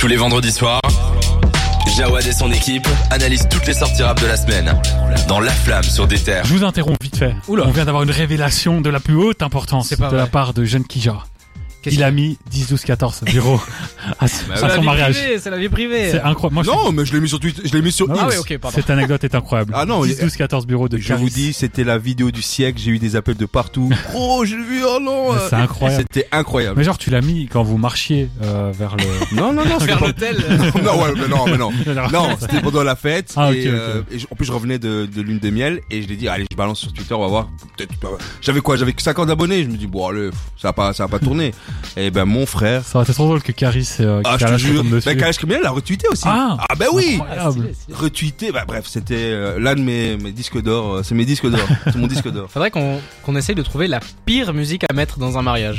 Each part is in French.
Tous les vendredis soirs, Jawad et son équipe analysent toutes les sorties rap de la semaine dans La Flamme sur des terres. Je vous interromps vite fait. Oula. On vient d'avoir une révélation de la plus haute importance C'est pas de la vrai. part de Jeune Kija. Qu'est-ce Il a mis 10, 12, 14 bureaux à son mariage. C'est la vie privée. C'est incroyable. Moi, Non, mais je l'ai mis sur Twitter, je l'ai mis sur Ah X. oui, ok, pardon. cette anecdote est incroyable. Ah non, 10, 12, 14 bureaux de Je Caris. vous dis, c'était la vidéo du siècle, j'ai eu des appels de partout. Oh, j'ai vu, oh non. C'est incroyable. C'était incroyable. Mais genre, tu l'as mis quand vous marchiez vers le... Non, c'était Vers pas- l'hôtel. non, ouais, mais non. Non, c'était pendant la fête. Ah, ok, et, ok. en plus, je revenais de lune de miel et je l'ai dit, allez, je balance sur Twitter, on va voir. Peut-être, j'avais que 50 abonnés. Je me dis, bon, allez, ça va pas tourner. Et ben, mon frère. Ça aurait été trop drôle que Caris Ah, je te Kalash jure. tombe dessus. Ben, Kalash Criminel l'a retweeté aussi. Ah. Ben oui. Incroyable. Retweeté. Bah, bref, c'était l'un de mes disques d'or. C'est mes disques d'or. C'est mon disque d'or. Faudrait qu'on essaye de trouver la pire musique à mettre dans un mariage.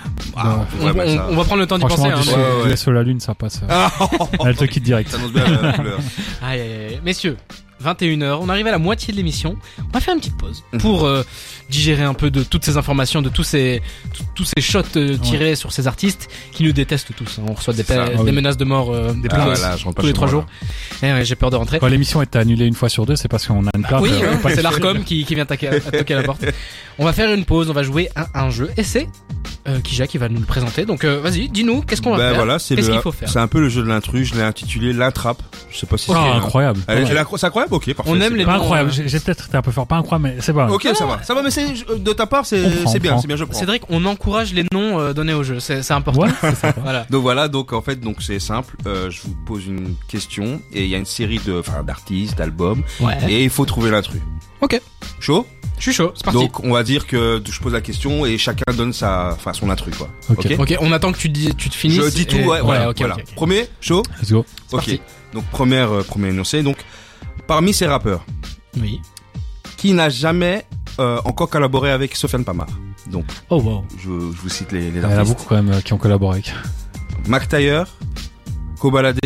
Ah, On, ouais, bah, ça- on va prendre le temps d'y penser. Franchement, Hein. ouais. du sur la lune, ça passe. Ah, Elle te quitte direct. ça annonce bien la couleur. Aïe, aïe, aïe. Messieurs, 21h, on arrive à la moitié de l'émission. On va faire une petite pause pour digérer un peu de toutes ces informations, de tous ces shots tirés sur ces artistes qui nous détestent tous. On reçoit des C'est ça. Ah oui. menaces de mort Ah, plaintes voilà, je rentre pas tous les chez 3 moi, jours. Et ouais, j'ai peur de rentrer. Quand l'émission est annulée une fois sur deux, c'est parce qu'on a une plainte. Oui, on hein, peut pas c'est le l'Arcom qui vient toquer à la porte. On va faire une pause, on va jouer à un jeu. Et c'est Kija qui va nous le présenter. Donc vas-y, dis-nous, qu'est-ce qu'on va Ben faire voilà, c'est Qu'est-ce qu'il faut faire C'est un peu le jeu de l'intrus. Je l'ai intitulé l'intrap. Je sais pas si Oh, c'est incroyable. C'est incroyable. Ok, parfait. On aime c'est les bien. Pas noms, incroyable. J'ai peut-être été un peu fort. Pas incroyable, mais c'est pas. Ok, ça va, mais de ta part, On c'est prend, c'est on bien, prend. c'est bien, je prends. Cédric, on encourage les noms donnés au jeu. C'est important. Ouais, c'est sympa. Voilà. Donc voilà, donc en fait, donc c'est simple. Je vous pose une question et il y a une série d'artistes, d'albums, Ouais. et il faut trouver l'intrus. Ok. Chaud. Je suis chaud, c'est parti. Donc on va dire que je pose la question et chacun donne son intrus quoi. Ok. Ok, on attend que tu te finisses. Je dis tout, et- ouais, voilà. ok, voilà. ok, ok. Premier, chaud. Let's go. Ok. parti. Donc premier énoncé. Donc parmi ces rappeurs, Oui. qui n'a jamais encore collaboré avec Sofiane Pamar. Donc Oh wow. je vous cite les Il y en a artistes. beaucoup quand même qui ont collaboré avec. Mac Taylor, Kobalade,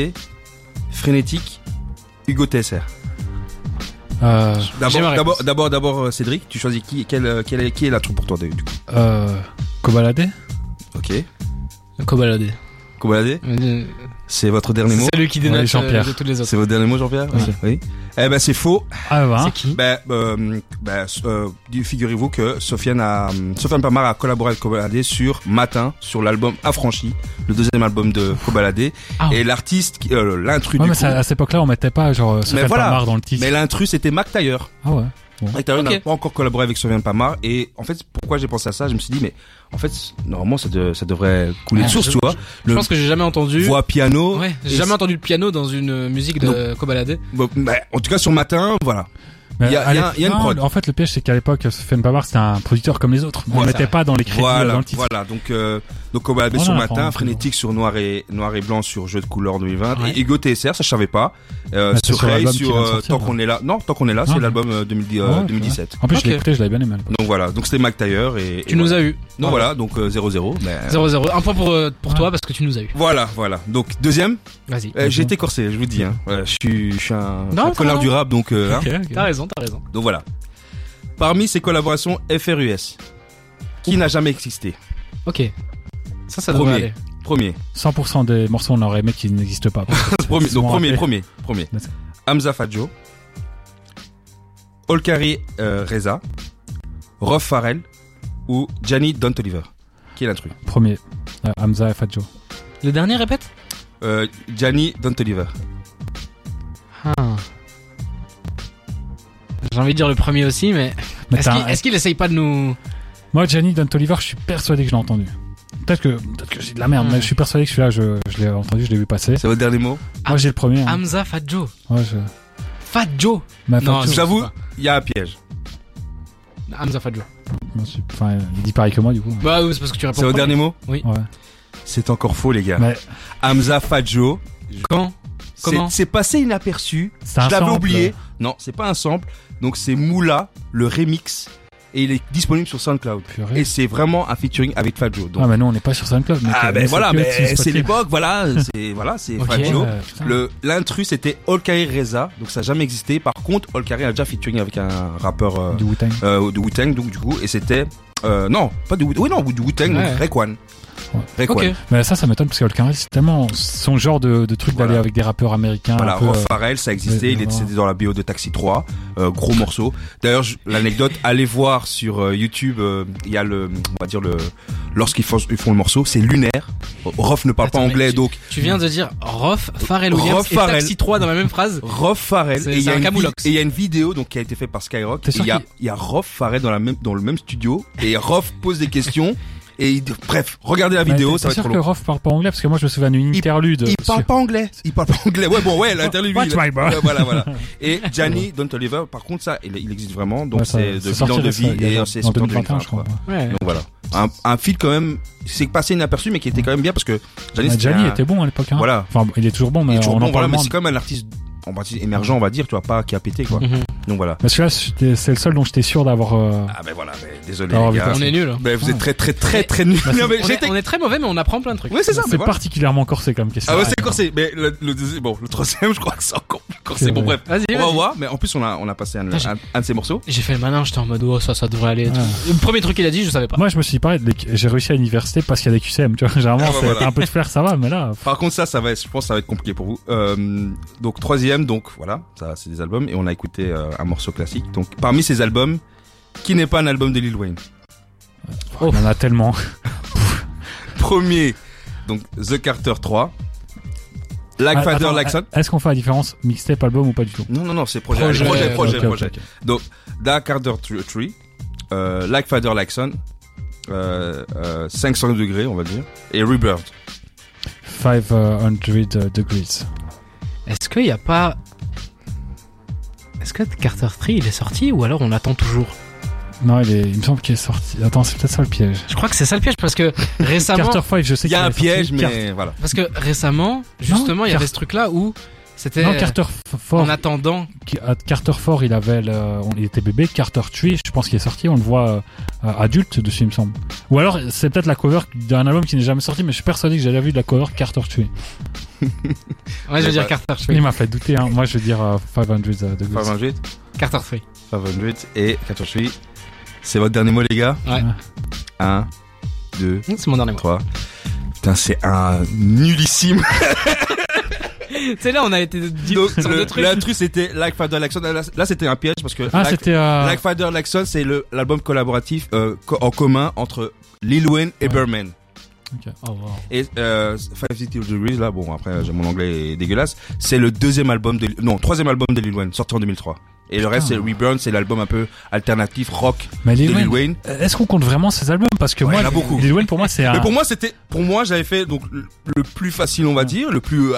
Frénétique, Hugo TSR. J'ai ma réponse. D'abord Cédric, tu choisis qui est l'intrus pour toi du coup. Kobalade. Ok. Kobalade. Kobalade, c'est votre dernier mot. C'est lui qui Ouais, dénote Jean-Pierre. de tous les autres. C'est votre dernier mot, Jean-Pierre. Oui. Oui. Eh ben c'est faux. Ah bah. C'est qui Figurez-vous que Sofiane Pamar a collaboré avec Kobalade sur Matin, sur l'album Affranchi, le deuxième album de Kobalade. Ah ouais. Et l'artiste, l'intrus Ouais, du mais coup. à cette époque-là, on mettait pas genre Sofiane voilà. Pamar dans le titre. Mais l'intrus c'était Mac Taylor. Ah ouais. Mac Taylor Ok. n'a pas encore collaboré avec Sofiane Pamar. Et en fait, pourquoi j'ai pensé à ça, je me suis dit, mais en fait, normalement, ça devrait couler de source, tu vois. Je pense que j'ai jamais entendu. Voix piano. Ouais, j'ai Et jamais entendu le piano dans une musique de Kobalade. Bon, bah, en tout cas, sur Matin, voilà. Mais Il y a une non, prod. En fait, le piège, c'est qu'à l'époque, Sofiane Pamar, c'était un producteur comme les autres. On Voilà. mettait pas dans les crédits dans le titre. Voilà. Donc Kobalade Voilà, sur on Matin, apprend, Frénétique sur Noir et Blanc sur Jeu de couleur 2020 Ouais. et Hugo TSR, ça je savais pas. c'est Sur sur Ray, l'album qui vient de sortir, Tant là. qu'on est là. Non, Tant qu'on est là, Ah, c'est ok. l'album Ouais, 2017. En plus, je l'ai Ok. écouté, je l'avais bien aimé. Donc voilà, donc c'était Mac Taylor et Tu nous as eu. Donc voilà, donc 0-0. Mais... 0-0. Un point pour toi parce que tu nous as eu. Voilà. Donc deuxième, Vas-y. j'ai été corsé, je vous dis. Hein. Je suis un Non, connard non. du rap, donc. Hein. Ok, ok. T'as raison. Donc voilà. Parmi ces collaborations FRUS, qui n'a jamais existé. Ok. Ça devrait aller. Premier. 100% des morceaux, on aurait aimé qu'ils n'existent pas. Premier. Ils sont rappelés. Premier. D'accord. Hamza Fadjo, Olkari Reza, Rof Farrell ou Gianni Don Toliver. Qui est l'intrus? Premier. Hamza et Fadjo. Le dernier, répète. Gianni Don Toliver. Ah. J'ai envie de dire le premier aussi, mais Mais est-ce qu'il essaye pas de nous... Moi, Gianni Don Toliver, je suis persuadé que je l'ai entendu. Peut-être que j'ai de la merde, mais je suis persuadé que celui-là, je l'ai entendu, je l'ai vu passer. C'est votre dernier mot? Moi, j'ai le premier. Hein. Hamza Fadjo. Ouais, Fadjo. Mais Non, Fadjo, J'avoue, sais pas. il y a un piège. Hamza Fadjo. enfin, il dit pareil que moi, du coup. Bah oui, c'est parce que tu réponds. C'est votre dernier mot? Ouais. C'est encore faux, les gars. Mais Hamza Fadjo. Quand Comment C'est passé inaperçu. c'est un Je l'avais sample. oublié. Non, c'est pas un sample. Donc c'est Moula, le remix. Et il est disponible sur SoundCloud. Purée. Et c'est vraiment un featuring avec Fadjo. Donc, Ah, mais nous, on n'est pas sur SoundCloud. mec. ben Nous, voilà, que mais sur c'est Spotify. l'époque, voilà, c'est Ok. Fadjo. Ouais, putain. L'intrus c'était Olkari Reza, donc ça n'a jamais existé. Par contre, Olkari a déjà featuring avec un rappeur Du Wu-Tang. de Wu-Tang, donc du coup, et c'était non, pas de Wu-Tang, oui non, du Wu-Tang, Ouais. donc Raekwon. Raekwon. Ok. Mais ça m'étonne parce que le Canary, c'est tellement son genre de truc d'aller Voilà. avec des rappeurs américains. Voilà, un peu, Rolf Farrell, ça existait, il est décédé dans la BO de Taxi 3, gros morceau. D'ailleurs, l'anecdote, allez voir sur YouTube, il y a lorsqu'ils font le morceau, c'est lunaire. Rolf ne parle Attends, pas mais anglais, donc Tu viens de dire Rolf, Pharrell Williams Rolf et Farrell. Taxi 3 dans la même phrase. Rolf Farrell, C'est et il y a un une camoulox. et il y a une vidéo donc qui a été faite par Skyrock, T'es et sûr il y a Rolf Farrell dans le même studio, et Rolf pose des questions, et bref, regardez la vidéo, ça va C'est être sûr trop que long. Rolf parle pas anglais parce que moi je me souviens d'une interlude. Il parle pas anglais. Ouais, l'interlude. Watch my boy. Voilà. Et Gianni Don't Oliver, par contre, ça, il existe vraiment. Donc, Ouais, ça- c'est de c'est sorti bilan de récemment, vie, et c'est en sorti en 2021, 2021, je crois. Ouais. Donc voilà. Un feat quand même, c'est passé inaperçu, mais qui était quand même bien parce que Gianni, Gianni était bon à l'époque. Hein. Voilà. Enfin, il est toujours bon, mais il est toujours on bon, en voilà, parle mais moins. c'est quand même un artiste, on va dire, émergent, on va dire, tu vois, pas qui a pété, quoi. Mhm. Donc voilà. Mais celui-là, c'est le seul dont j'étais sûr d'avoir. Ah ben voilà, désolé Alors, les gars. On est nuls. Ben, vous êtes Ouais. très nuls. Non, mais On est très mauvais, mais on apprend plein de trucs. Oui, c'est ça, mais C'est voilà. particulièrement corsé comme question. Ah ouais, c'est corsé. Mais le deuxième, bon, le troisième, je crois que c'est encore plus corsé. C'est Bon, vrai. bref. Vas-y, On va vas-y. voir, mais en plus, on a passé un de ces morceaux. J'ai fait le malin, j'étais en mode, oh, ça devrait aller. et tout. Ouais. Le premier truc qu'il a dit, je savais pas. Moi, je me suis dit, pareil, j'ai réussi à l'université parce qu'il y a des QCM, tu vois. Généralement, Ah bah c'est voilà. t'as un peu de flair, ça va, mais là. Par contre, je pense que ça va être compliqué pour vous. Donc, troisième, donc, voilà. Ça, c'est des albums. Et on a écouté un morceau classique. Donc, parmi ces albums, qui n'est pas un album de Lil Wayne? On en a tellement. Premier, donc, The Carter 3. Like Father, Attends, Like Son. Est-ce qu'on fait la différence mixtape, album ou pas du tout? Non, c'est projet. Projet, Projet. Ok. Donc, The Carter 3. Like Father, Like Son. 500 degrés, on va dire. Et Rebirth. 500 degrees. Est-ce qu'il y a pas. Est-ce que Carter 3 il est sorti ou alors on l'attend toujours? Non, il me semble qu'il est sorti. Attends, c'est peut-être ça le piège. Je crois que c'est ça le piège parce que récemment. Carter 5, je sais Il y a qu'il un est sorti. piège, mais voilà. Parce que récemment, justement, il y avait ce truc là où c'était. Non, Carter 4. En attendant. Carter 4, il avait il était bébé. Carter 3, je pense qu'il est sorti. On le voit adulte dessus, il me semble. Ou alors, c'est peut-être la cover d'un album qui n'est jamais sorti, mais je suis persuadé que j'ai déjà vu de la cover Carter 3. Ouais, je veux dire Ouais. Carter 3. Il m'a fait douter, hein. Moi, je veux dire 500 degrees. 508, Carter 3. 508 et 408. C'est votre dernier mot, les gars? Ouais. 1, 2, C'est mon dernier mot. 3. Putain, c'est un nullissime. Tu sais, là, on a été dit Donc, sur deux trucs. l'intrus, c'était Like Father, Like Son. Là, c'était un piège parce que Ah, Like, c'était. Like Father, Like Son, c'est l'album collaboratif en commun entre Lil Wayne et Ouais. Birdman. Oh, wow. Et 550 Degrees, là, bon, après, mon anglais est dégueulasse. C'est le troisième album de Lil Wayne, sorti en 2003. Et le reste, c'est Reburn, c'est l'album un peu alternatif, rock Mais de Lil Lil Wayne, Wayne. est-ce qu'on compte vraiment ces albums? Parce que Ouais, moi, il y en a beaucoup. Lil Wayne, pour moi, c'est un. Mais pour moi, j'avais fait donc le plus facile, on va dire, le plus,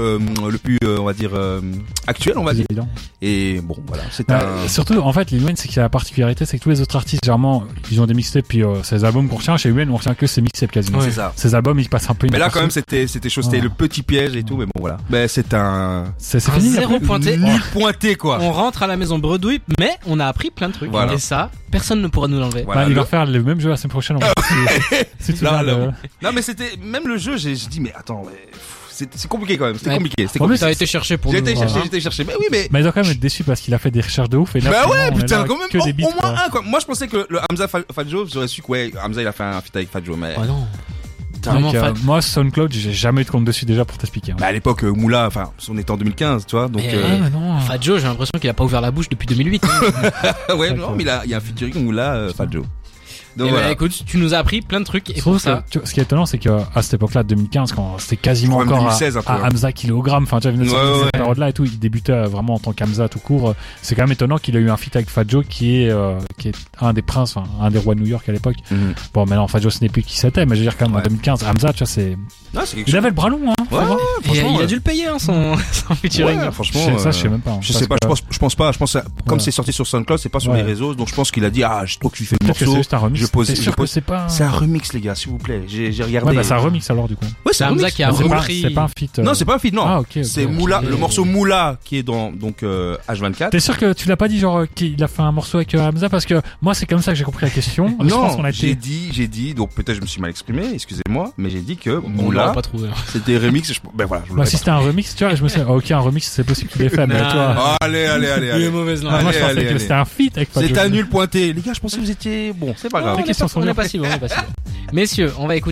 on va dire, actuel, on va C'est dire. évident. Et bon, voilà, c'est Bah, un. surtout, en fait, Lil Wayne, c'est qu'il y a la particularité, c'est que tous les autres artistes, généralement, ils ont des mixtapes, puis c'est les albums qu'on retient. Chez Lil Wayne, on retient que ses mixtapes quasiment. C'est ça. Ces albums, ils passent un peu Mais là, quand même, inaperçus. c'était chaud, c'était Ouais. le petit piège et tout, mais bon, voilà. Ben, c'est un. C'est Un fini. zéro après. pointé. Nul pointé, quoi. On rentre à la maison bredouille, mais on a appris plein de trucs. Voilà. Et ça, personne ne pourra nous l'enlever. Voilà, Bah, il le- va faire le même jeu la semaine prochaine. En fait. Si tu Là, veux, là. Non, mais c'était, même le jeu, j'ai dit, mais attends, mais, c'est compliqué quand même, c'était Ouais. compliqué, c'était En compliqué. plus, Ça a été cherché pour J'ai nous. été Voilà. chercher, mais oui, mais. Mais il doit quand même être déçu parce qu'il a fait des recherches de ouf. Et là, Bah finalement, ouais, on est putain, là quand même, que des beats, au moins quoi. un, quoi. Moi, je pensais que le Hamza Fat Joe, j'aurais su que, ouais, Hamza, il a fait un feat avec Fat Joe, mais. Oh non. Donc, Vraiment, moi, SoundCloud, j'ai jamais eu de compte dessus déjà pour t'expliquer. hein. Bah, à l'époque, Moula, enfin, on était en 2015, tu vois, donc, Mais- Ah, mais non. Fat Joe, j'ai l'impression qu'il a pas ouvert la bouche depuis 2008. ouais, D'accord. non, mais il y a un featuring Moula, Fat Joe. Donc, Et voilà. bah, écoute, tu nous as appris plein de trucs. Et Sauf pour ça, que, tu vois, ce qui est étonnant, c'est qu'à cette époque-là, 2015, quand c'était quasiment Même encore 2016 un peu, à hein. Hamza Kilogramme, enfin, tu vois, Ouais, ouais. cette période-là et tout, il débutait vraiment en tant qu'Hamza tout court. C'est quand même étonnant qu'il a eu un feat avec Fat Joe qui est un des princes, enfin, un des rois de New York à l'époque. Mhm. Bon, maintenant, Fat Joe, ce n'est plus qui c'était, mais je veux dire, quand même, en Ouais. 2015, Hamza, tu vois, c'est, Non, c'est quelque il chose. avait le bras long, hein. faut Ouais, voir. et franchement, il a dû le payer, hein, son featuring. Ouais, franchement. Ça, je sais même pas. hein. Je Parce sais pas, que je pense pas, comme Ouais. c'est sorti sur SoundCloud, c'est pas sur Ouais. les réseaux, donc je pense qu'il a dit, ah, je trouve que tu fais le peut-être que c'est morceau. juste un remix. je pose- T'es je sûr que pose- c'est pas C'est un remix, les gars, s'il vous plaît. J'ai regardé. Ouais, bah, c'est un remix alors, du coup. Ouais, C'est Hamza qui a C'est pas, repris. c'est pas un feat. Non, c'est pas un feat, non. Ah, ok. C'est ok. Moula, ok. le morceau Moula qui est dans, donc, H24. T'es sûr que tu l'as pas dit genre qu'il a fait un morceau avec Hamza parce que moi c'est comme ça que j'ai compris la question. Je pense qu'on a j'ai été. dit, donc peut-être je me suis mal exprimé, excusez-moi, mais j'ai dit que On l'aurait Moula, pas trouvé. c'était remix, ben voilà, je Bah, l'aurais si c'était un remix, tu vois, je me suis dit, ok, un remix c'est possible qu'il l'ait fait, mais Non. tu vois. pas. Allez, allez. mauvaise Ah, moi je allez, pensais que allez. c'était un feat avec Fat C'est Joe. un nul pointé. Les gars, je pensais que vous étiez, bon, c'est pas grave. Les questions sont On est dures. pas si bon, on est pas si bon. Messieurs, on va écouter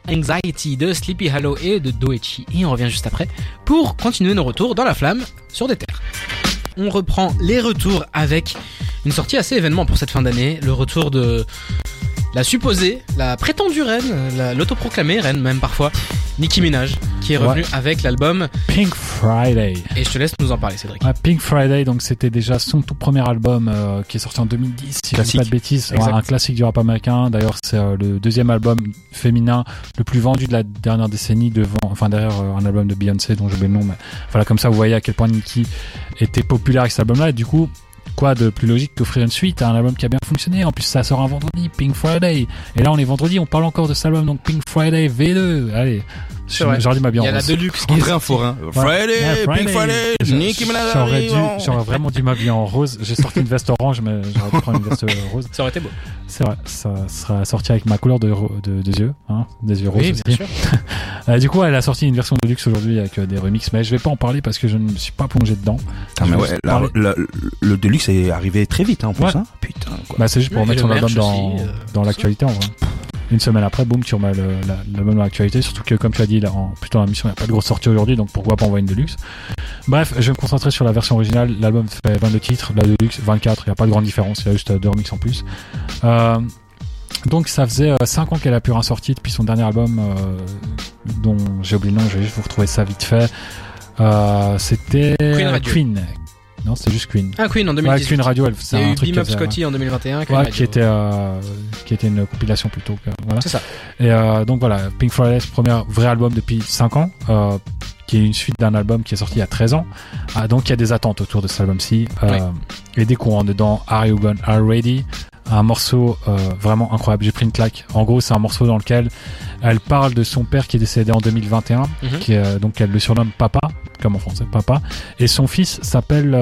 Anxiety de Sleepy Hollow et de Doechi. Et on revient juste après pour continuer nos retours dans la flamme sur des terres. On reprend les retours avec une sortie assez événement pour cette fin d'année. Le retour de la supposée, la prétendue reine, l'autoproclamée reine même parfois, Nicki Minaj, qui est revenue avec l'album Pink Friday. Et je te laisse nous en parler, Cédric. Pink Friday, donc c'était déjà son tout premier album qui est sorti en 2010, si je dis pas de bêtises. Un classique du rap américain. D'ailleurs, c'est le deuxième album féminin le plus vendu de la dernière décennie, derrière un album de Beyoncé dont j'ai oublié le nom. Mais voilà, comme ça, vous voyez à quel point Nicki était populaire avec cet album-là. Et du coup, quoi de plus logique qu'offrir une suite à un album qui a bien fonctionné. En plus, ça sort un vendredi, Pink Friday. Et là, on est vendredi, on parle encore de cet album, donc Pink Friday V2. Allez, j'aurais dû m'habiller en rose. Il y a la Deluxe. André un forain. Friday, Pink Friday, Nicki Minaj. J'aurais vraiment dû m'habiller en rose. J'ai sorti une veste orange, mais j'aurais dû prendre une veste rose. Ça aurait été beau. C'est vrai, ça sera sorti avec ma couleur de yeux, hein, des yeux roses. Oui, bien sûr. Du coup, elle a sorti une version de luxe aujourd'hui avec des remixes, mais je vais pas en parler parce que je ne me suis pas plongé dedans. Mais ouais, le Deluxe est arrivé très vite, en plus, hein. Putain, quoi. Bah, c'est juste pour mettre son album dans l'actualité, en vrai. Une semaine après, boum, tu remets l'album dans l'actualité, surtout que, comme tu as dit, plutôt dans la mission, il n'y a pas de grosse sortie aujourd'hui, donc pourquoi pas envoyer une Deluxe. Bref, je vais me concentrer sur la version originale. L'album fait 22 titres, la Deluxe 24, il n'y a pas de grande différence, il y a juste 2 remixes en plus. Donc ça faisait 5 ans qu'elle a plus rien sorti depuis son dernier album, dont j'ai oublié le nom, je vais juste vous retrouver ça vite fait. C'était Queen. Non, c'était juste Queen. Ah, Queen en 2018. Ouais, Queen Radio, c'est un truc. Beam Up Scotty en 2021. Ouais, qui était une compilation plutôt. Voilà. C'est ça. Et donc voilà, Pink Friday, premier vrai album depuis 5 ans, qui est une suite d'un album qui est sorti il y a 13 ans. Donc il y a des attentes autour de cet album-ci. Et des courants dedans. Are You Gone Are Ready? Un morceau vraiment incroyable. J'ai pris une claque. En gros, c'est un morceau dans lequel elle parle de son père qui est décédé en 2021, donc elle le surnomme Papa, comme en français, Papa. Et son fils s'appelle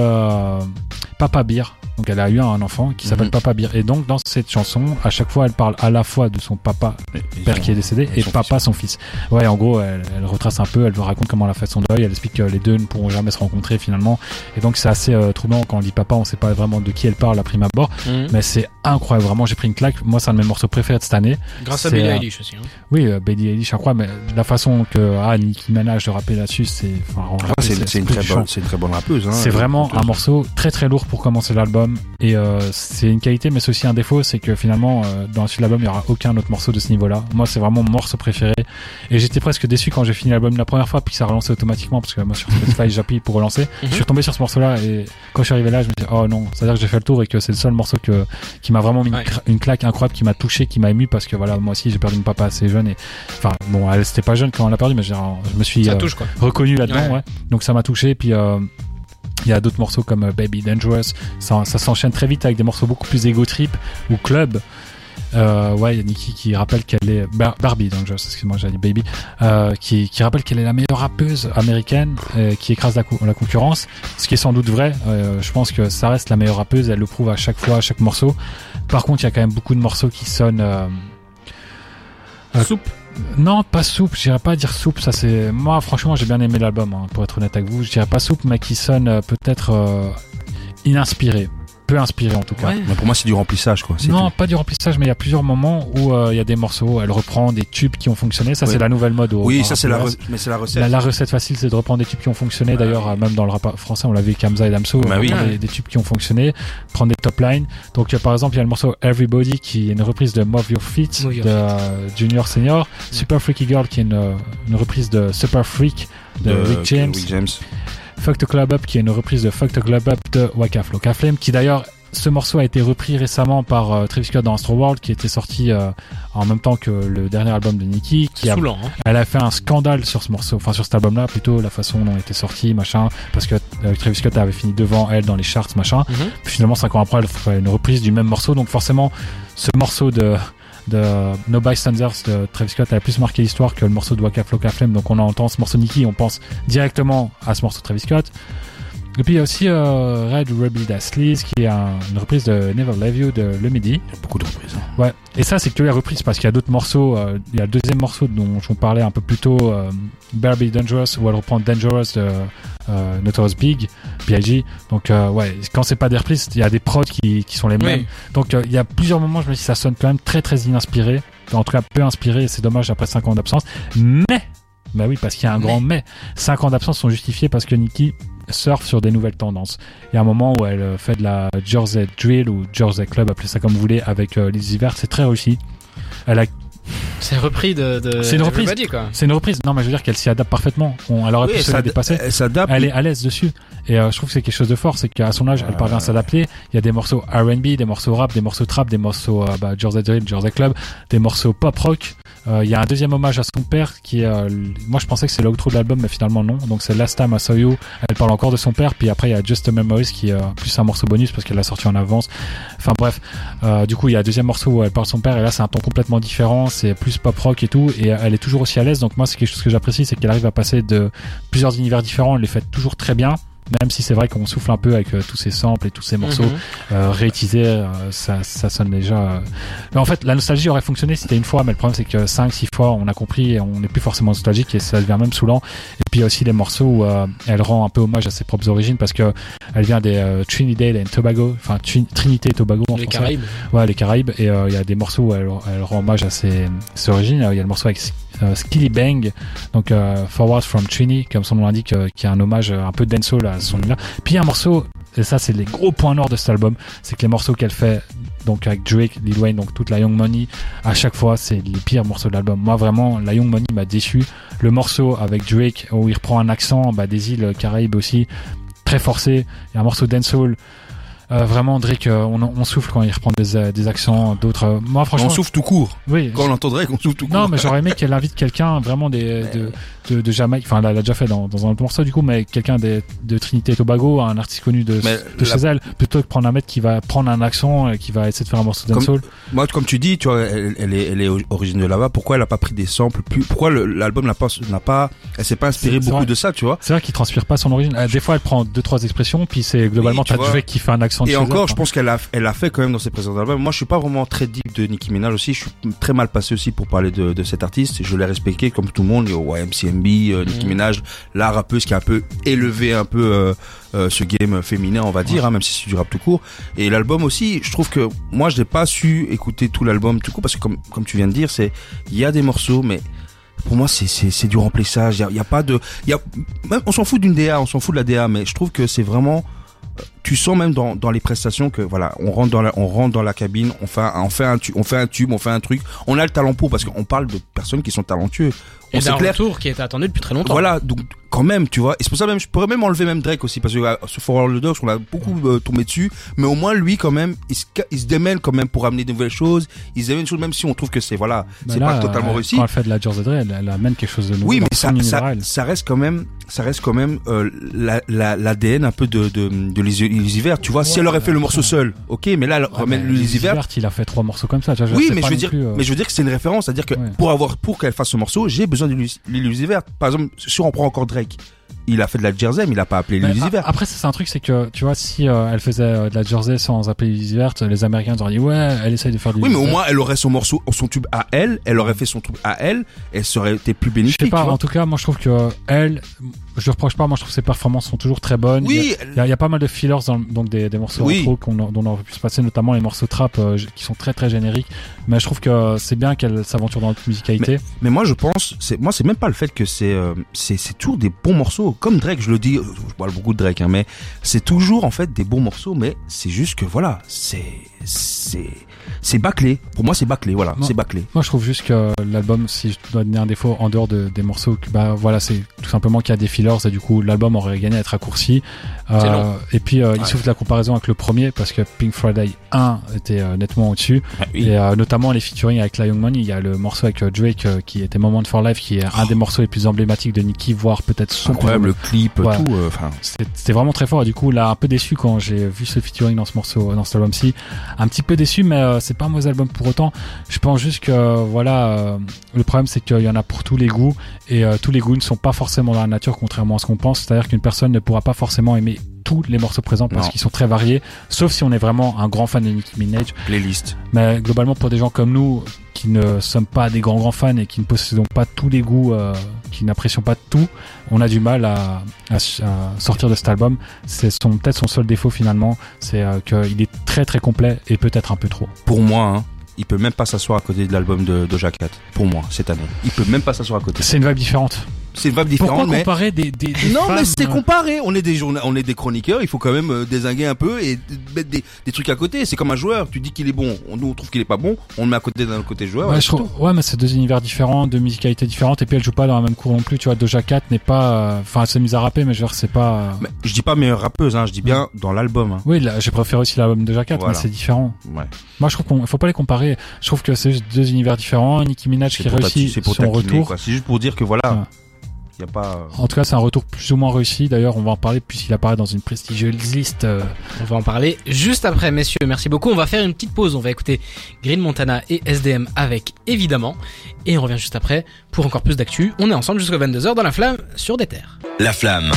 Papa Beer. Donc elle a eu un enfant qui s'appelle Papa Beer. Et donc dans cette chanson, à chaque fois, elle parle à la fois de son papa, père qui est décédé, et papa, son fils. Ouais, en gros, elle retrace un peu, elle raconte comment elle a fait son deuil, elle explique que les deux ne pourront jamais se rencontrer finalement. Et donc c'est assez troublant quand on dit papa, on sait pas vraiment de qui elle parle à prime abord, mais c'est incroyable, vraiment, j'ai pris une claque. Moi, c'est un de mes morceaux préférés de cette année. Grâce à Billie Eilish aussi. Hein. Oui, Billie Eilish, incroyable, mais la façon que Nicki Minaj de rapper là-dessus, c'est une très bonne rappeuse. Hein, c'est vraiment un morceau très très lourd pour commencer l'album. Et c'est une qualité, mais c'est aussi un défaut, c'est que finalement dans la suite de l'album il n'y aura aucun autre morceau de ce niveau-là. Moi, c'est vraiment mon morceau préféré, et j'étais presque déçu quand j'ai fini l'album la première fois puis que ça relancé automatiquement, parce que moi sur Spotify j'appuie pour relancer. Je suis retombé sur ce morceau-là, et quand je suis arrivé là je me dis oh non, c'est-à-dire que j'ai fait le tour et que c'est le seul morceau qui m'a vraiment mis une claque incroyable, qui m'a touché, qui m'a ému, parce que voilà, moi aussi j'ai perdu mon papa assez jeune, et enfin bon, elle c'était pas jeune quand on l'a perdu, mais je me suis reconnu là-dedans, ouais. Donc ça m'a touché. Puis il y a d'autres morceaux comme Baby Dangerous, ça s'enchaîne très vite avec des morceaux beaucoup plus ego trip ou club. Il y a Nicki qui rappelle qu'elle est Barbie Dangerous, excuse-moi, j'ai dit Baby, qui rappelle qu'elle est la meilleure rappeuse américaine, qui écrase la concurrence, ce qui est sans doute vrai. Je pense que ça reste la meilleure rappeuse, elle le prouve à chaque fois, à chaque morceau. Par contre, il y a quand même beaucoup de morceaux qui sonnent soupe. Non, pas soupe, j'irais pas dire soupe, ça c'est... Moi, franchement, j'ai bien aimé l'album, hein, pour être honnête avec vous. Je dirais pas soupe, mais qui sonne peut-être ininspiré. Peu inspiré en tout cas. Mais pour moi, c'est du remplissage, quoi. Non, pas du remplissage, mais il y a plusieurs moments où il y a des morceaux, elle reprend des tubes qui ont fonctionné. Ça, c'est la nouvelle mode. Oui, ça, c'est la recette. La recette facile, c'est de reprendre des tubes qui ont fonctionné. D'ailleurs, même dans le rap français, on l'a vu avec Hamza et Damso. Des tubes qui ont fonctionné, prendre des top lines. Donc, par exemple, il y a le morceau Everybody qui est une reprise de Move Your Feet de Junior Senior. Super Freaky Girl qui est une reprise de Super Freak de Rick James. Fuck the Club Up qui est une reprise de Fuck the Club Up de Waka Flocka Flame, qui d'ailleurs, ce morceau a été repris récemment par Travis Scott dans Astroworld, qui était sorti en même temps que le dernier album de Nicki. Elle a fait un scandale sur ce morceau, enfin sur cet album-là plutôt, la façon dont il était sorti, machin, parce que Travis Scott avait fini devant elle dans les charts, machin. Puis finalement 5 ans après, elle ferait une reprise du même morceau, donc forcément ce morceau de No Bystanders de Travis Scott a plus marqué l'histoire que le morceau de Waka Flocka Flame. Donc on entend ce morceau Nicki, on pense directement à ce morceau de Travis Scott. Et puis il y a aussi Red Ruby Da Sleaze qui est une reprise de Never Leave You de Le Midi. Il y a beaucoup de reprises. Ouais. Et ça, c'est que les reprises, parce qu'il y a d'autres morceaux. Il y a le deuxième morceau dont on parlait un peu plus tôt, Barbie Dangerous, où elle reprend Dangerous de Notorious Big, B.I.G. Donc quand c'est pas des reprises, il y a des prods qui sont les mêmes. Donc il y a plusieurs moments, je me dis ça sonne quand même très très ininspiré. en tout cas peu inspiré, et c'est dommage après 5 ans d'absence. Mais, bah oui, parce qu'il y a un grand mais, 5 ans d'absence sont justifiés parce que Nicki surfe sur des nouvelles tendances. Il y a un moment où elle fait de la Jersey Drill ou Jersey Club, appelez ça comme vous voulez, avec Lizzy Vert, c'est très réussi. Elle a C'est repris de c'est une reprise, quoi. C'est une reprise. Non, mais je veux dire qu'elle s'y adapte parfaitement. Elle aurait pu se la dépasser. Elle s'adapte. Elle est à l'aise dessus. Et je trouve que c'est quelque chose de fort, c'est qu'à son âge, elle parvient à s'adapter. Il y a des morceaux R&B, des morceaux rap, des morceaux trap, des morceaux Jersey Drill, Jersey Club, des morceaux pop rock. Il y a un deuxième hommage à son père qui est, moi je pensais que c'est l'outro de l'album, mais finalement non. Donc c'est Last Time I Saw You. Elle parle encore de son père. Puis après il y a Just a Memories qui est plus un morceau bonus parce qu'elle l'a sorti en avance. Enfin bref, du coup il y a un deuxième morceau où elle parle de son père et là c'est un ton complètement différent. C'est plus pop rock et tout. Et elle est toujours aussi à l'aise. Donc moi c'est quelque chose que j'apprécie, c'est qu'elle arrive à passer de plusieurs univers différents. Elle les fait toujours très bien. Même si c'est vrai qu'on souffle un peu avec tous ces samples et tous ces morceaux réutilisés, ça sonne déjà. Mais en fait, la nostalgie aurait fonctionné si c'était une fois, mais le problème c'est que 5-6 fois on a compris et on n'est plus forcément nostalgique et ça devient même saoulant. Et puis il y a aussi les morceaux où elle rend un peu hommage à ses propres origines parce que elle vient des Trinidad and Tobago, enfin Trinité et Tobago en les français. Caraïbes. Ouais, les Caraïbes. Et il y a des morceaux où elle rend hommage à ses origines. Il y a le morceau avec Skilly Bang, donc Forward from Trini, comme son nom l'indique, qui est un hommage un peu dancehall à son univers. Puis il y a un morceau, et ça c'est les gros points noirs de cet album, c'est que les morceaux qu'elle fait donc avec Drake, Lil Wayne, donc toute la Young Money, à chaque fois c'est les pires morceaux de l'album. Moi vraiment, la Young Money m'a déçu. Le morceau avec Drake où il reprend un accent des îles Caraïbes aussi, très forcé. Il y a un morceau dancehall. Vraiment Drake, on souffle quand il reprend des accents, d'autres. Moi franchement, on souffle tout court. Oui. Quand on entend Drake, on souffle tout court. Non, mais j'aurais aimé qu'elle invite quelqu'un vraiment de Jamaïque. Enfin, elle l'a déjà fait dans un autre morceau du coup, mais quelqu'un de Trinité et Tobago, un artiste connu de chez elle, plutôt que prendre un mec qui va prendre un accent et qui va essayer de faire un morceau dancehall. Moi, comme tu dis, tu vois, elle est originaire de là-bas. Pourquoi elle a pas pris des samples pourquoi l'album elle s'est pas inspirée beaucoup de ça, tu vois? C'est vrai qu'il transpire pas son origine. Des fois, elle prend 2-3 expressions, puis c'est globalement t'as Drake qui fait un accent. Et encore, je pense qu'elle a fait quand même dans ses précédents albums. Moi, je suis pas vraiment très deep de Nicki Minaj aussi. Je suis très mal passé aussi pour parler de cet artiste. Je l'ai respecté comme tout le monde. YMCMB, Nicki Minaj, la rappeuse qui a un peu élevé un peu ce game féminin, on va dire, même si c'est du rap tout court. Et l'album aussi, je trouve que moi, je n'ai pas su écouter tout l'album tout court parce que comme tu viens de dire, il y a des morceaux, mais pour moi c'est du remplissage. Il y a pas même on s'en fout d'une DA, on s'en fout de la DA, mais je trouve que c'est vraiment. Tu sens même dans les prestations que voilà, on rentre dans la cabine, on fait un tube, on fait un truc, on a le talent pour parce qu'on parle de personnes qui sont talentueux. Et d'un retour qui était attendu depuis très longtemps. Voilà, donc quand même, tu vois. Et c'est pour ça même, je pourrais même enlever même Drake aussi parce que sur Forward the Dogs, on a beaucoup tombé dessus, mais au moins lui quand même, il se démène quand même pour amener de nouvelles choses. Il se démène des choses même si on trouve que c'est c'est pas totalement réussi. Quand elle fait de la Jersey Drill, elle amène quelque chose de nouveau. Oui, mais ça reste quand même l'ADN un peu de Lizzy Vert, tu vois. Si elle aurait fait le morceau seul, ok, mais là elle remet Lizzy Vert. Il a fait 3 morceaux comme ça. Oui, mais je veux dire que c'est une référence, c'est-à-dire que pour qu'elle fasse ce morceau, j'ai besoin de Lizzy Vert. Par exemple, si on prend encore Drake, il a fait de la Jersey, mais il a pas appelé Lizzy Vert. Après, c'est un truc, c'est que, tu vois, si elle faisait de la Jersey sans appeler Lizzy Vert, les Américains auraient dit, ouais, elle essaye de faire du Oui, mais au moins, elle aurait son morceau, son tube à elle aurait fait son truc à elle, et ça aurait été plus bénéfique. Je sais pas, en tout cas, moi, je trouve que je reproche pas, moi, je trouve que ses performances sont toujours très bonnes. Oui. Il y a pas mal de fillers donc des morceaux intro dont on aurait pu se passer, notamment les morceaux trap, qui sont très, très génériques. Mais je trouve que c'est bien qu'elle s'aventure dans notre musicalité. Mais moi, je pense, c'est même pas le fait que c'est toujours des bons morceaux. Comme Drake, je le dis, je parle beaucoup de Drake, mais c'est toujours, en fait, des bons morceaux, mais c'est juste que, voilà, c'est bâclé. Pour moi, c'est bâclé, voilà, c'est bâclé. Moi, je trouve juste que l'album, si je dois donner un défaut en dehors des morceaux, voilà, c'est tout simplement qu'il y a des fillers et du coup, l'album aurait gagné à être raccourci. Et puis, il souffre de la comparaison avec le premier parce que Pink Friday 1 était nettement au-dessus. Et notamment les featuring avec la Young Money. Il y a le morceau avec Drake qui était Moment for Life, qui est un des morceaux les plus emblématiques de Nicki, voire peut-être son incroyable, le clip, tout. C'était vraiment très fort. Et du coup, là, un peu déçu quand j'ai vu ce featuring dans ce morceau, dans cet album-ci. Un petit peu déçu, mais c'est pas un mauvais album pour autant. Je pense juste que voilà, le problème c'est qu'il y en a pour tous les goûts et tous les goûts ne sont pas forcément dans la nature, contrairement à ce qu'on pense. C'est-à-dire qu'une personne ne pourra pas forcément aimer tous les morceaux présents parce qu'ils sont très variés, sauf si on est vraiment un grand fan de Nicki Minaj. Playlist. Mais globalement, pour des gens comme nous qui ne sommes pas des grands fans et qui ne possédons pas tous les goûts, qui n'apprécions pas tout, on a du mal à sortir de cet album. C'est peut-être son seul défaut finalement, c'est qu'il est très très complet et peut-être un peu trop. Pour moi, il peut même pas s'asseoir à côté de l'album de Doja Cat. Pour moi, cette année. Il peut même pas s'asseoir à côté. C'est une vibe différente. C'est une vibe différente. Pourquoi comparer des non, femmes, mais c'est comparé. On est des chroniqueurs. Il faut quand même dézinguer un peu et mettre des trucs à côté. C'est comme un joueur. Tu dis qu'il est bon. Nous, on trouve qu'il est pas bon. On le met à côté d'un côté joueur. Ouais, mais c'est deux univers différents, deux musicalités différentes. Et puis elle joue pas dans la même cour non plus. Tu vois, Doja Cat n'est pas, enfin, elle s'est mise à rapper, mais genre, c'est pas. Mais je dis pas meilleure rappeuse, hein. Je dis bien dans l'album. Hein. Oui, là, j'ai préféré aussi l'album de Doja Cat, mais c'est différent. Ouais. Moi, je trouve qu'on faut pas les comparer. Je trouve que c'est juste deux univers différents. Nicki Minaj qui réussit son retour. C'est juste pour dire que voilà. Ouais. Y a pas... En tout cas, c'est un retour plus ou moins réussi. D'ailleurs, on va en parler puisqu'il apparaît dans une prestigieuse liste. On va en parler juste après, messieurs. Merci beaucoup. On va faire une petite pause. On va écouter Green Montana et SDM avec évidemment. Et on revient juste après pour encore plus d'actu. On est ensemble jusqu'à 22h dans La Flamme sur des terres. La Flamme.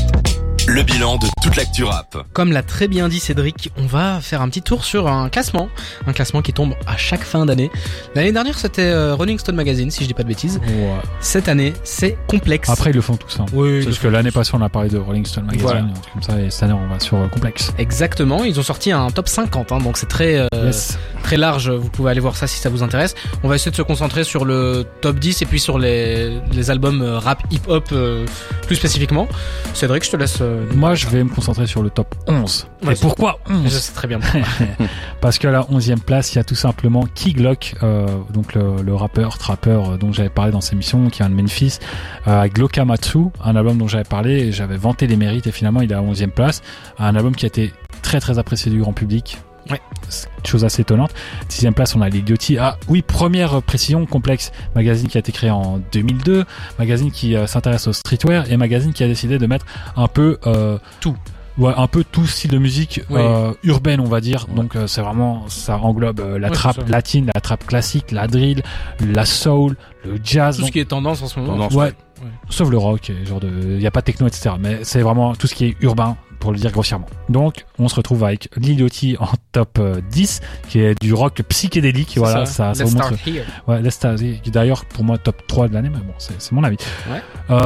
Le bilan de toute l'actu rap. Comme l'a très bien dit Cédric, on va faire un petit tour sur un classement qui tombe à chaque fin d'année. L'année dernière, c'était Rolling Stone Magazine, si je dis pas de bêtises. Ouais. Cette année, c'est complexe. Après, ils le font tous. Hein. Oui, parce que l'année passée, on a parlé de Rolling Stone Magazine, un truc comme ça, et cette année, on va sur complexe. Exactement. Ils ont sorti un top 50, hein, donc c'est très très large. Vous pouvez aller voir ça si ça vous intéresse. On va essayer de se concentrer sur le top 10 et puis sur les albums rap hip-hop plus spécifiquement. Cédric, je te laisse. Moi, je vais me concentrer sur le top 11. Ouais, et pourquoi 11 ? Je sais très bien. Parce qu'à la 11e place, il y a tout simplement Key Glock, donc le rappeur, trappeur dont j'avais parlé dans cette émission, qui est un de Memphis, avec Glockamatsu, un album dont j'avais parlé et j'avais vanté les mérites, et finalement il est à 11e place. Un album qui a été très très apprécié du grand public. Ouais. Chose assez étonnante. 10e place, on a Lil Yachty. Ah oui, première précision, Complexe, magazine qui a été créé en 2002, magazine qui s'intéresse au streetwear et magazine qui a décidé de mettre un peu tout. Ouais, un peu tout style de musique urbaine, on va dire. Donc c'est vraiment, ça englobe la trap latine, la trap classique, la drill, la soul, le jazz. Tout ce qui est tendance en ce moment. Ouais. Sauf le rock, genre il y a pas de techno, etc. Mais c'est vraiment tout ce qui est urbain, pour le dire grossièrement. Donc, on se retrouve avec Lil Yachty en top 10, qui est du rock psychédélique. C'est voilà, ça Let's remonte. Ouais, Let's Start Here, qui est d'ailleurs pour moi top 3 de l'année, mais bon, c'est mon avis. Ouais.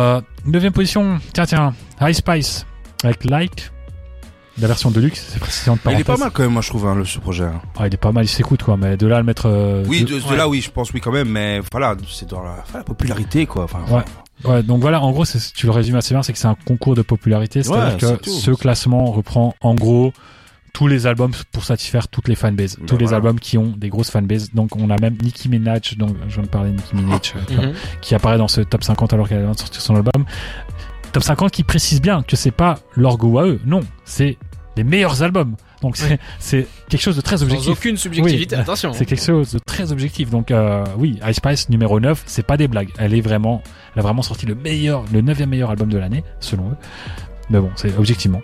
9e position, tiens, Ice Spice avec Like. La version de luxe, c'est précisément de parenthèse. Il est pas mal quand même, moi je trouve, ce projet. Ah, il est pas mal, il s'écoute quoi, mais de là à le mettre. Oui, de là, oui, je pense, oui, quand même, mais voilà, c'est dans la popularité, quoi. Enfin, ouais, donc voilà, en gros, tu le résumes assez bien, c'est que c'est un concours de popularité, c'est-à-dire que ce classement reprend en gros tous les albums pour satisfaire toutes les fanbases, tous les albums qui ont des grosses fanbases. Donc on a même Nicki Minaj, donc je viens de parler de Nicki Minaj, qui apparaît dans ce top 50 alors qu'elle vient de sortir son album. Top 50 qui précise bien que c'est pas leur go à eux, non, c'est les meilleurs albums. Donc c'est quelque chose de très objectif. Sans aucune subjectivité, attention. C'est quelque chose de très objectif. Donc oui, Ice Spice numéro 9, c'est pas des blagues. Elle a vraiment sorti le 9e meilleur album de l'année, selon eux. Mais bon, c'est objectivement.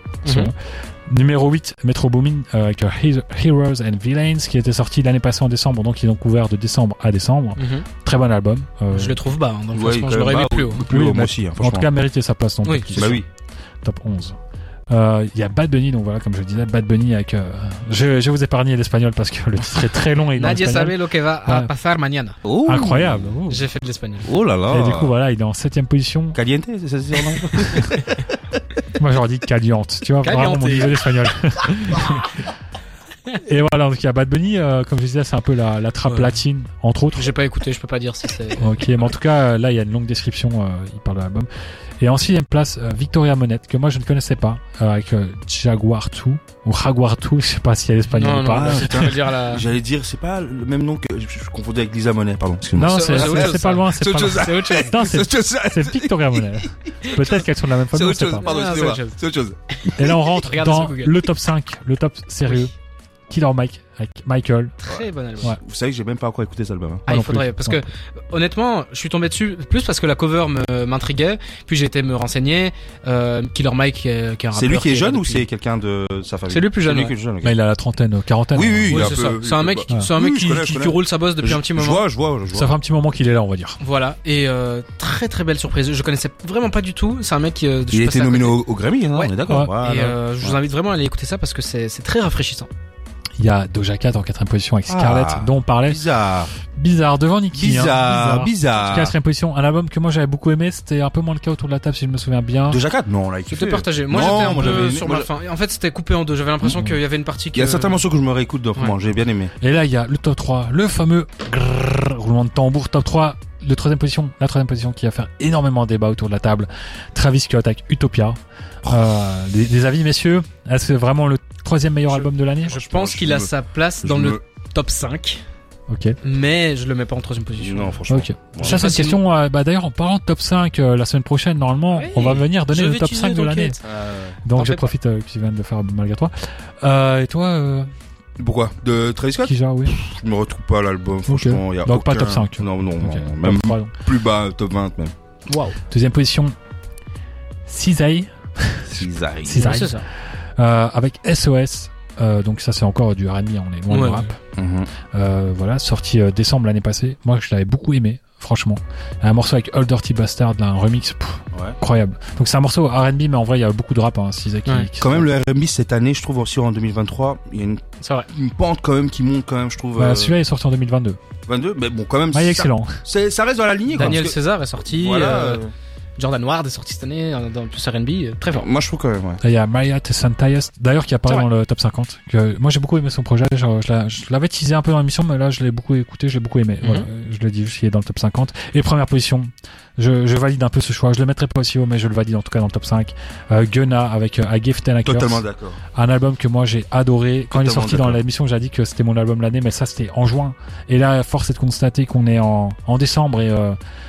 Numéro 8, Metro Boomin avec Heroes and Villains, qui était sorti l'année passée en décembre, donc ils ont couvert de décembre à décembre. Très bon album. Je le trouve bas, hein, donc franchement, je l'aurais mis plus haut. Plus haut, moi aussi. Hein, en tout cas, mérité sa place. Donc, oui, top 11. Il y a Bad Bunny, donc voilà, comme je disais, Bad Bunny avec. Je vais vous épargner l'espagnol parce que le titre est très long et Nadie sabe lo que va a pasar mañana. Oh. Incroyable. Oh. J'ai fait de l'espagnol. Oh là là. Et du coup, voilà, il est en 7e position. Caliente, c'est ça se dit Moi, j'aurais dit caliente. Tu vois, vraiment mon niveau d'espagnol. Et voilà, donc il y a Bad Bunny, comme je disais, c'est un peu la trappe latine, entre autres. J'ai pas écouté, je peux pas dire si c'est. Ok, mais en tout cas, là, il y a une longue description, il parle de l'album. Et en 6e place, Victoria Monette, que moi je ne connaissais pas, avec Jaguar 2, ou Jaguar 2, je sais pas si elle est espagnole ou pas. J'allais dire, c'est pas le même nom que je confondais avec Lisa Monet, pardon. Non, c'est pas loin, c'est autre chose. Non, c'est Victoria Monette. Peut-être qu'elles sont de la même famille, c'est autre chose, pardon, c'est autre chose. Et là, on rentre dans le top 5, le top sérieux. Killer Mike avec Michael. Très bon album. Ouais. Vous savez que j'ai même pas encore écouté cet album. Hein. Ah, il faudrait, parce que honnêtement, je suis tombé dessus plus parce que la cover m'intriguait, puis j'ai été me renseigner. Killer Mike, qui est un rappeur. C'est lui qui est jeune ou c'est quelqu'un de sa famille? C'est lui plus jeune. Okay. Bah, il a la trentaine, quarantaine. Oui, c'est ça. C'est un mec, qui roule sa bosse depuis un petit moment. Je vois. Ça fait un petit moment qu'il est là, on va dire. Voilà. Et très très belle surprise. Je connaissais vraiment pas du tout. C'est un mec qui. Il a été nominé au Grammy, hein, on est d'accord. Et je vous invite vraiment à aller écouter ça parce que c'est très rafraîchissant. Il y a Doja Cat en 4ème position avec Scarlett, dont on parlait. Bizarre devant Nicki. Bizarre. 4ème position, un album que moi j'avais beaucoup aimé, c'était un peu moins le cas autour de la table si je me souviens bien. Doja Cat, non, là, c'était partagé. Moi j'étais un peu sur ma fin. En fait, c'était coupé en deux. J'avais l'impression qu'il y avait une partie Il y a certains morceaux que je me réécoute moi j'ai bien aimé. Et là, il y a le top 3, le fameux roulement de tambour top 3, la 3ème position qui va faire énormément de débat autour de la table. Travis Scott avec Utopia. Des avis, messieurs? Est-ce que c'est vraiment le 3e meilleur album de l'année? Je pense qu'il a sa place dans le top 5. Ok. Mais je le mets pas en 3ème position. Non, franchement. Ok. Ça, c'est une question, d'ailleurs, en parlant de top 5, la semaine prochaine, normalement, on va venir donner le top 5 de l'année. Donc, je profite que tu viennes de faire malgré toi. Et toi, pourquoi? De Travis Scott? Kija, oui. Je me retrouve pas l'album, franchement. Y a donc, pas top 5. Non, même plus bas, top 20 même. Waouh. 2ème position, Cizay. C'est ça. Avec SOS. Donc ça c'est encore du R&B, on est loin du rap. Voilà, sorti décembre l'année passée. Moi je l'avais beaucoup aimé, franchement. Un morceau avec Old Dirty Bastard, un remix incroyable. Donc c'est un morceau R&B, mais en vrai il y a beaucoup de rap. Quand même le R&B cette année, je trouve aussi en 2023, il y a une pente quand même qui monte quand même, je trouve. Celui-là est sorti en 2022. 22, mais bon quand même. Il est excellent. Ça reste dans la lignée. Daniel César est sorti. Jordan Ward est sorti cette année dans plus R&B, très fort. Moi je trouve quand même. Il y a Maria Tessantias, d'ailleurs qui apparaît dans le top 50. Moi j'ai beaucoup aimé son projet. Je l'avais teasé un peu dans l'émission, mais là je l'ai beaucoup écouté, j'ai beaucoup aimé. Voilà, je le dis juste, il est dans le top 50. Et première position, je valide un peu ce choix. Je le mettrai pas aussi haut, mais je le valide en tout cas dans le top 5. Gunna avec I Give 10 Acres. Totalement d'accord. Un album que moi j'ai adoré. Quand il est sorti dans l'émission, j'ai dit que c'était mon album de l'année, mais ça c'était en juin. Et là, force est de constater qu'on est en décembre et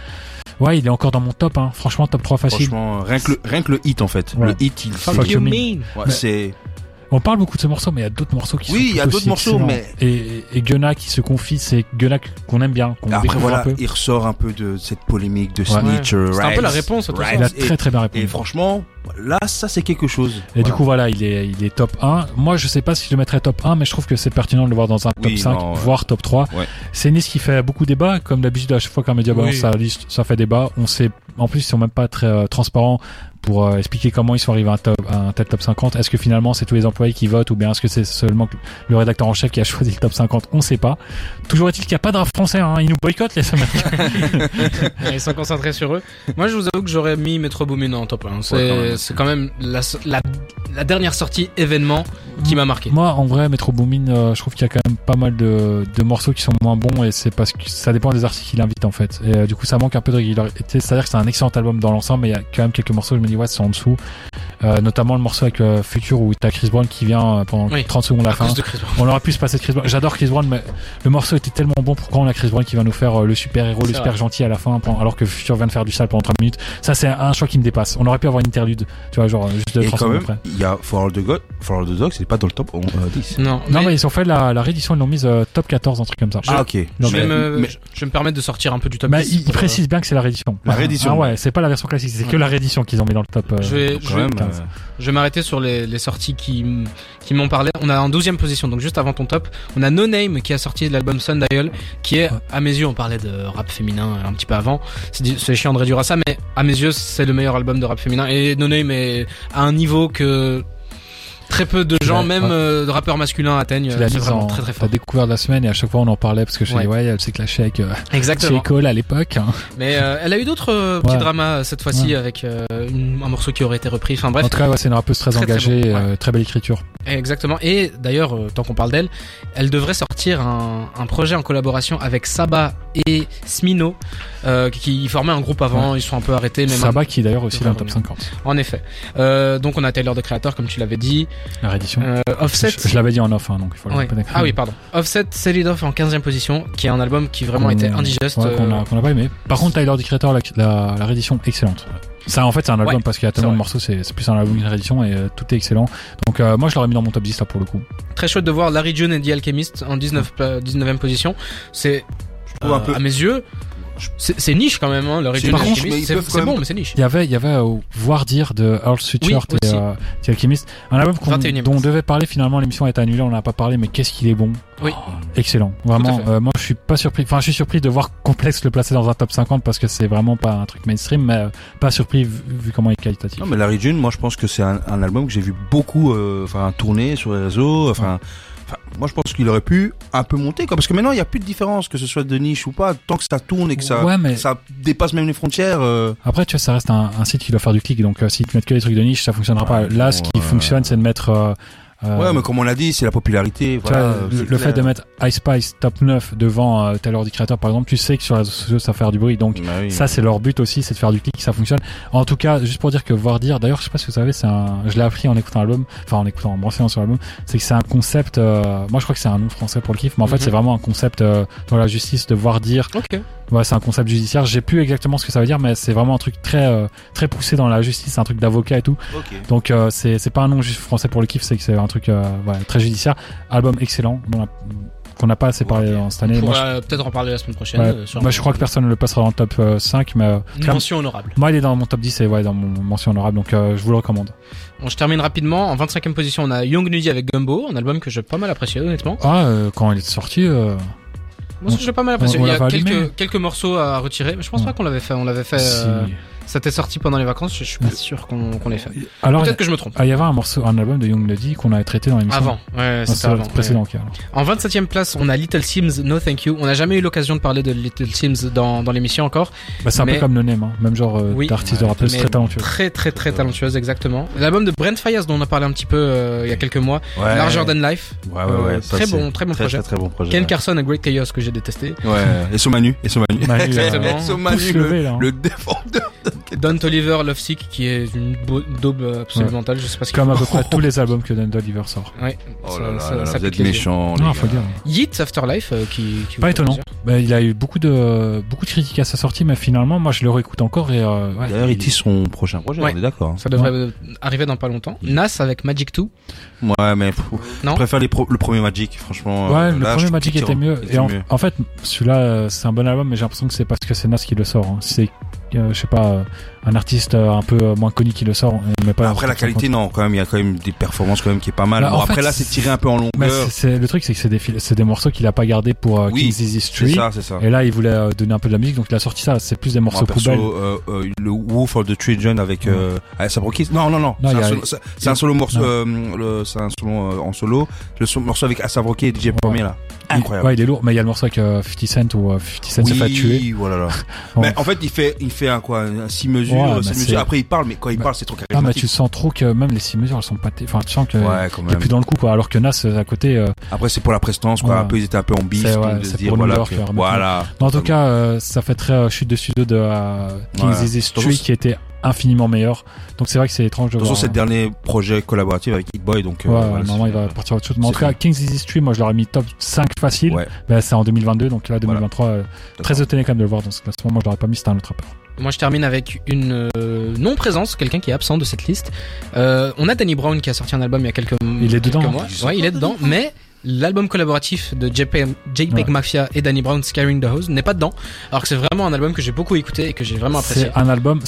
il est encore dans mon top, hein. Franchement, top 3 facile. Franchement, rien que le hit, en fait. Le hit, il fait. Fuck you mean. C'est. On parle beaucoup de ces morceaux, mais il y a d'autres morceaux qui sont il y a d'autres morceaux, mais. Et Gunna qui se confie, c'est Gunna qu'on aime bien, qu'on après, voilà, un peu. il ressort un peu de cette polémique de Snitch, C'est un peu la réponse, il a très bien répondu. Et franchement, là, ça, c'est quelque chose. Et du coup, voilà, il est top 1. Moi, je sais pas si je le mettrais top 1, mais je trouve que c'est pertinent de le voir dans un top 5, voire top 3. C'est une liste qui fait beaucoup débat, comme d'habitude, à chaque fois qu'un média balance sa liste, ça fait débat. On sait, en plus, ils sont même pas très transparents pour expliquer comment ils sont arrivés à un tel top 50. Est-ce que finalement c'est tous les employés qui votent ou bien est-ce que c'est seulement le rédacteur en chef qui a choisi le top 50? On sait pas. Toujours est-il qu'il n'y a pas de rap français, hein. Ils nous boycottent les Américains. Ils sont concentrés sur eux. Moi je vous avoue que j'aurais mis Metro Boomin en top 1. C'est quand même la dernière sortie événement qui m'a marqué. Moi en vrai Metro Boomin, je trouve qu'il y a quand même pas mal de morceaux qui sont moins bons et c'est parce que ça dépend des artistes qu'il invite en fait. Et du coup ça manque un peu de régularité. C'est-à-dire que c'est un excellent album dans l'ensemble, mais il y a quand même quelques morceaux je me dis c'est en dessous. Notamment le morceau avec Future où t'as Chris Brown qui vient pendant 30 secondes à la fin. On aurait pu se passer de Chris Brown. J'adore Chris Brown, mais le morceau était tellement bon. Pourquoi on a Chris Brown qui va nous faire le super héros, le super gentil à la fin, alors que Future vient de faire du sale pendant 3 minutes. Ça c'est un choix qui me dépasse. On aurait pu avoir une interlude, tu vois, genre juste 30 secondes après. Il y a For All the Dogs, c'est pas dans le top 10. Non, mais ils ont fait la réédition, ils l'ont mise top 14, un truc comme ça. Ok. Je vais me permettre de sortir un peu du top 10. Ils précisent bien que c'est la réédition. La réédition. Ah ouais, c'est pas la version classique, c'est que la réédition qu'ils ont mis dans le top. Je vais m'arrêter sur les sorties qui m'ont parlé. On a en 12e position, donc juste avant ton top, on a No Name qui a sorti l'album Sundial, qui est, à mes yeux, on parlait de rap féminin un petit peu avant. C'est chiant de réduire à ça, mais à mes yeux, c'est le meilleur album de rap féminin. Et No Name est à un niveau que très peu de gens, même de rappeurs masculins atteignent. C'est vraiment très très fort. La découverte de la semaine et à chaque fois on en parlait parce que je disais elle sait que la chèque chez École à l'époque. Mais elle a eu d'autres petits dramas cette fois-ci avec un morceau qui aurait été repris. Enfin bref. En tout cas, c'est une rappeuse très engagée, très belle écriture. Exactement. Et d'ailleurs, tant qu'on parle d'elle, elle devrait sortir un projet en collaboration avec Saba et Smino, qui formaient un groupe avant. Ils sont un peu arrêtés. Mais Saba qui est d'ailleurs aussi dans le top 50. En effet. Donc on a Tyler the Creator, comme tu l'avais dit. La réédition. Offset. Je l'avais dit en off, donc il faut le répéter. Ah oui, pardon. Offset, Sell It Off en 15e position, qui est un album qui vraiment était indigeste. Qu'on a pas aimé. Par contre, Tyler the Creator, la réédition excellente. Ça, en fait, c'est un album parce qu'il y a tellement de morceaux, c'est plus un album qu'une réédition et tout est excellent. Donc, moi, je l'aurais mis dans mon top 10 là pour le coup. Très chouette de voir Larry June et The Alchemist en 19e position. C'est, à mes yeux, c'est niche quand même, hein, le Region Alchemist. C'est bon, mais c'est niche. Il y avait Voir Dire de Earl Sweatshirt et The Alchemist. Un album dont on devait parler, finalement, l'émission a été annulée, on n'en a pas parlé, mais qu'est-ce qu'il est bon. Oui. Excellent. Vraiment, moi, je suis pas surpris. Enfin, je suis surpris de voir Complex le placer dans un top 50 parce que c'est vraiment pas un truc mainstream, mais pas surpris vu comment il est qualitatif. Non, mais Larry June, moi, je pense que c'est un album que j'ai vu beaucoup, tourner sur les réseaux, moi je pense qu'il aurait pu un peu monter, quoi, parce que maintenant il y a plus de différence que ce soit de niche ou pas, tant que ça tourne et que ça dépasse même les frontières. Après, tu vois, ça reste un site qui doit faire du clic, donc si tu mets que des trucs de niche, ça fonctionnera pas. Là, ce qui fonctionne, c'est de mettre ouais, mais comme on l'a dit, c'est la popularité. Voilà, le fait de mettre iSpice top 9 devant tel ordi créateur, par exemple, tu sais que sur les réseaux sociaux, ça va faire du bruit. Donc, ça, c'est leur but aussi, c'est de faire du clic, ça fonctionne. En tout cas, juste pour dire que voir dire, d'ailleurs, je sais pas si vous savez, je l'ai appris en écoutant l'album, en me renseignant sur l'album, c'est que c'est un concept, moi, je crois que c'est un nom français pour le kiff, mais en fait, c'est vraiment un concept dans la justice de voir dire. Ok. Ouais, c'est un concept judiciaire. J'ai plus exactement ce que ça veut dire, mais c'est vraiment un truc très poussé dans la justice, c'est un truc d'avocat et tout. Okay. Donc c'est pas un nom juste français pour le kiff, c'est que c'est un truc très judiciaire. Album excellent, qu'on n'a pas assez parlé cette année. On pourra peut-être en parler la semaine prochaine. Moi, je crois que personne ne le passera dans le top 5, mais mention honorable. Moi, il est dans mon top 10 et dans mon mention honorable, donc je vous le recommande. Bon, je termine rapidement. En 25e position, on a Young Nudy avec Gumbo, un album que j'ai pas mal apprécié, honnêtement. Quand il est sorti. Moi, j'ai pas mal apprécié. Il y a quelques morceaux à retirer, mais je pense pas qu'on l'avait fait. On l'avait fait. C'était sorti pendant les vacances, je suis pas sûr qu'on l'ait fait. Alors, peut-être que je me trompe. Il y avait un album de Young Nudy qu'on avait traité dans l'émission. Avant, c'était avant. Précédent. Ouais. En 27e place, on a Little Sims, No Thank You. On n'a jamais eu l'occasion de parler de Little Sims dans l'émission encore. C'est un peu comme No Name, même genre d'artiste de rappeuse très talentueuse. Très talentueuse, exactement. L'album de Brent Faiyaz dont on a parlé un petit peu il y a quelques mois, Larger Than Life. Très bon projet. Très bon projet. Ken Carson, A Great Chaos que j'ai détesté. Ouais. Et Somanu. Exactement. Somanu, le défendeur. Don Toliver, Lovesick, qui est une daube absolument mentale. Je sais pas ce qu'il comme à peu près tous les albums que Don Toliver sort. Ouais. Oh là là, vous êtes méchants. Non, faut le dire. Yeats Afterlife, qui pas étonnant. Il a eu beaucoup de critiques à sa sortie, mais finalement, moi, je le réécoute encore et. D'ailleurs, il tease son prochain projet. On est d'accord. Ça devrait arriver dans pas longtemps. Nas avec Magic 2. Ouais, mais je préfère le premier Magic, franchement. Ouais, le premier Magic était mieux. Et en fait, celui-là, c'est un bon album, mais j'ai l'impression que c'est parce que c'est Nas qui le sort. C'est je sais pas, un artiste un peu moins connu qui le sort, mais pas. Après la qualité, non, quand même, il y a quand même des performances quand même qui est pas mal. Bon, après là, c'est tiré un peu en longueur. Le truc, c'est que c'est des morceaux qu'il a pas gardé pour King's Easy Street. C'est ça. Et là, il voulait donner un peu de la musique, donc il a sorti ça. C'est plus des morceaux poubelles. Le Wolf of the Children avec Asap Rocky. Non. C'est un solo morceau. C'est un solo en solo. Le morceau avec Asap Rocky et DJ Premier là. Incroyable. Ouais, il est lourd, mais il y a le morceau avec 50 Cent où 50 Cent se fait tuer. Oui, voilà. Mais en fait, il fait un 6 mesures. Après, il parle, mais quand il parle, c'est trop charismatique. Ah, mais tu sens trop que même les 6 mesures, elles sont pas. Enfin, tu sens que il est plus dans le coup, quoi. Alors que Nas, à côté. Après, c'est pour la prestance, quoi. Un peu, ils étaient un peu en bif. C'est pour New York. Voilà. En tout cas, ça fait très chute de studio de King's Easy Street qui était infiniment meilleur. Donc c'est vrai que c'est étrange de voir. C'est le dernier projet collaboratif avec Hit Boy, donc normalement il va partir autre chose. Mais en tout cas, King's Easy Street, moi je l'aurais mis top 5 facile. C'est en 2022, donc là 2023 très étonné quand même de le voir dans ce classement. Moi je l'aurais pas mis, c'était un autre rappeur. Moi je termine avec une non-présence, quelqu'un qui est absent de cette liste. On a Danny Brown qui a sorti un album il y a quelques mois. Il est dedans. Il est dedans, mais l'album collaboratif de JPEG Mafia et Danny Brown, Scaring the Hose, n'est pas dedans. Alors que c'est vraiment un album que j'ai beaucoup écouté et que j'ai vraiment apprécié. C'est un album,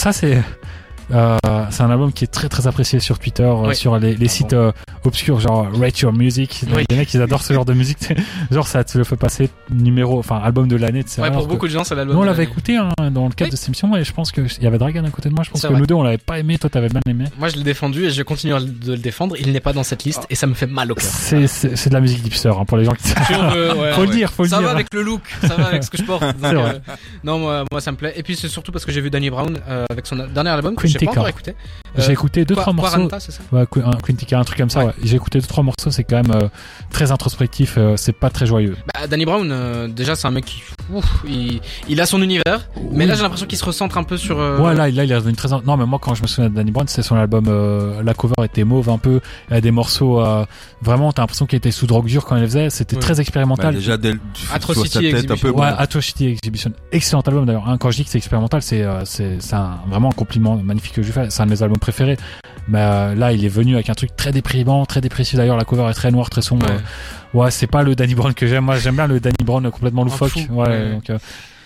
c'est un album qui est très très apprécié sur Twitter, sur les sites obscurs, genre Rate Your Music. Les mecs ils adorent ce genre de musique. Genre ça te le fait passer album de l'année. Pour beaucoup de gens c'est l'album. Nous on l'avait écouté dans le cadre de cette émission et je pense qu'il y avait Dragan à côté de moi. Je pense que nous deux on l'avait pas aimé, toi t'avais bien aimé. Moi je l'ai défendu et je continue de le défendre. Il n'est pas dans cette liste et ça me fait mal au cœur. C'est de la musique d'hipster pour les gens qui. Faut le dire. Ça va avec le look, ça va avec ce que je porte. Non moi ça me plaît. Et puis c'est surtout parce que j'ai vu Danny Brown avec son dernier album que j'ai pas encore écouté. J'ai écouté 2-3 morceaux. Quaranta, c'est ça? Quintica, un truc comme ça. J'ai écouté 2-3 morceaux, c'est quand même très introspectif, c'est pas très joyeux. Danny Brown, déjà c'est un mec qui il a son univers, mais là j'ai l'impression qu'il se recentre un peu sur. Là il est devenu très. Non mais moi quand je me souviens de Danny Brown, c'est son album, la cover était mauve un peu, il y a des morceaux vraiment t'as l'impression qu'il était sous drogue dure quand il les faisait, c'était très expérimental. Déjà Atrocity Exhibition. Atrocity Exhibition, excellent album d'ailleurs. Quand je dis que c'est expérimental, c'est vraiment un compliment magnifique que je fais. C'est un de mes albums préférés. Mais là, il est venu avec un truc très déprimant, très dépressif. D'ailleurs, la cover est très noire, très sombre. Ouais, c'est pas le Danny Brown que j'aime. Moi, j'aime bien le Danny Brown complètement loufoque. Donc,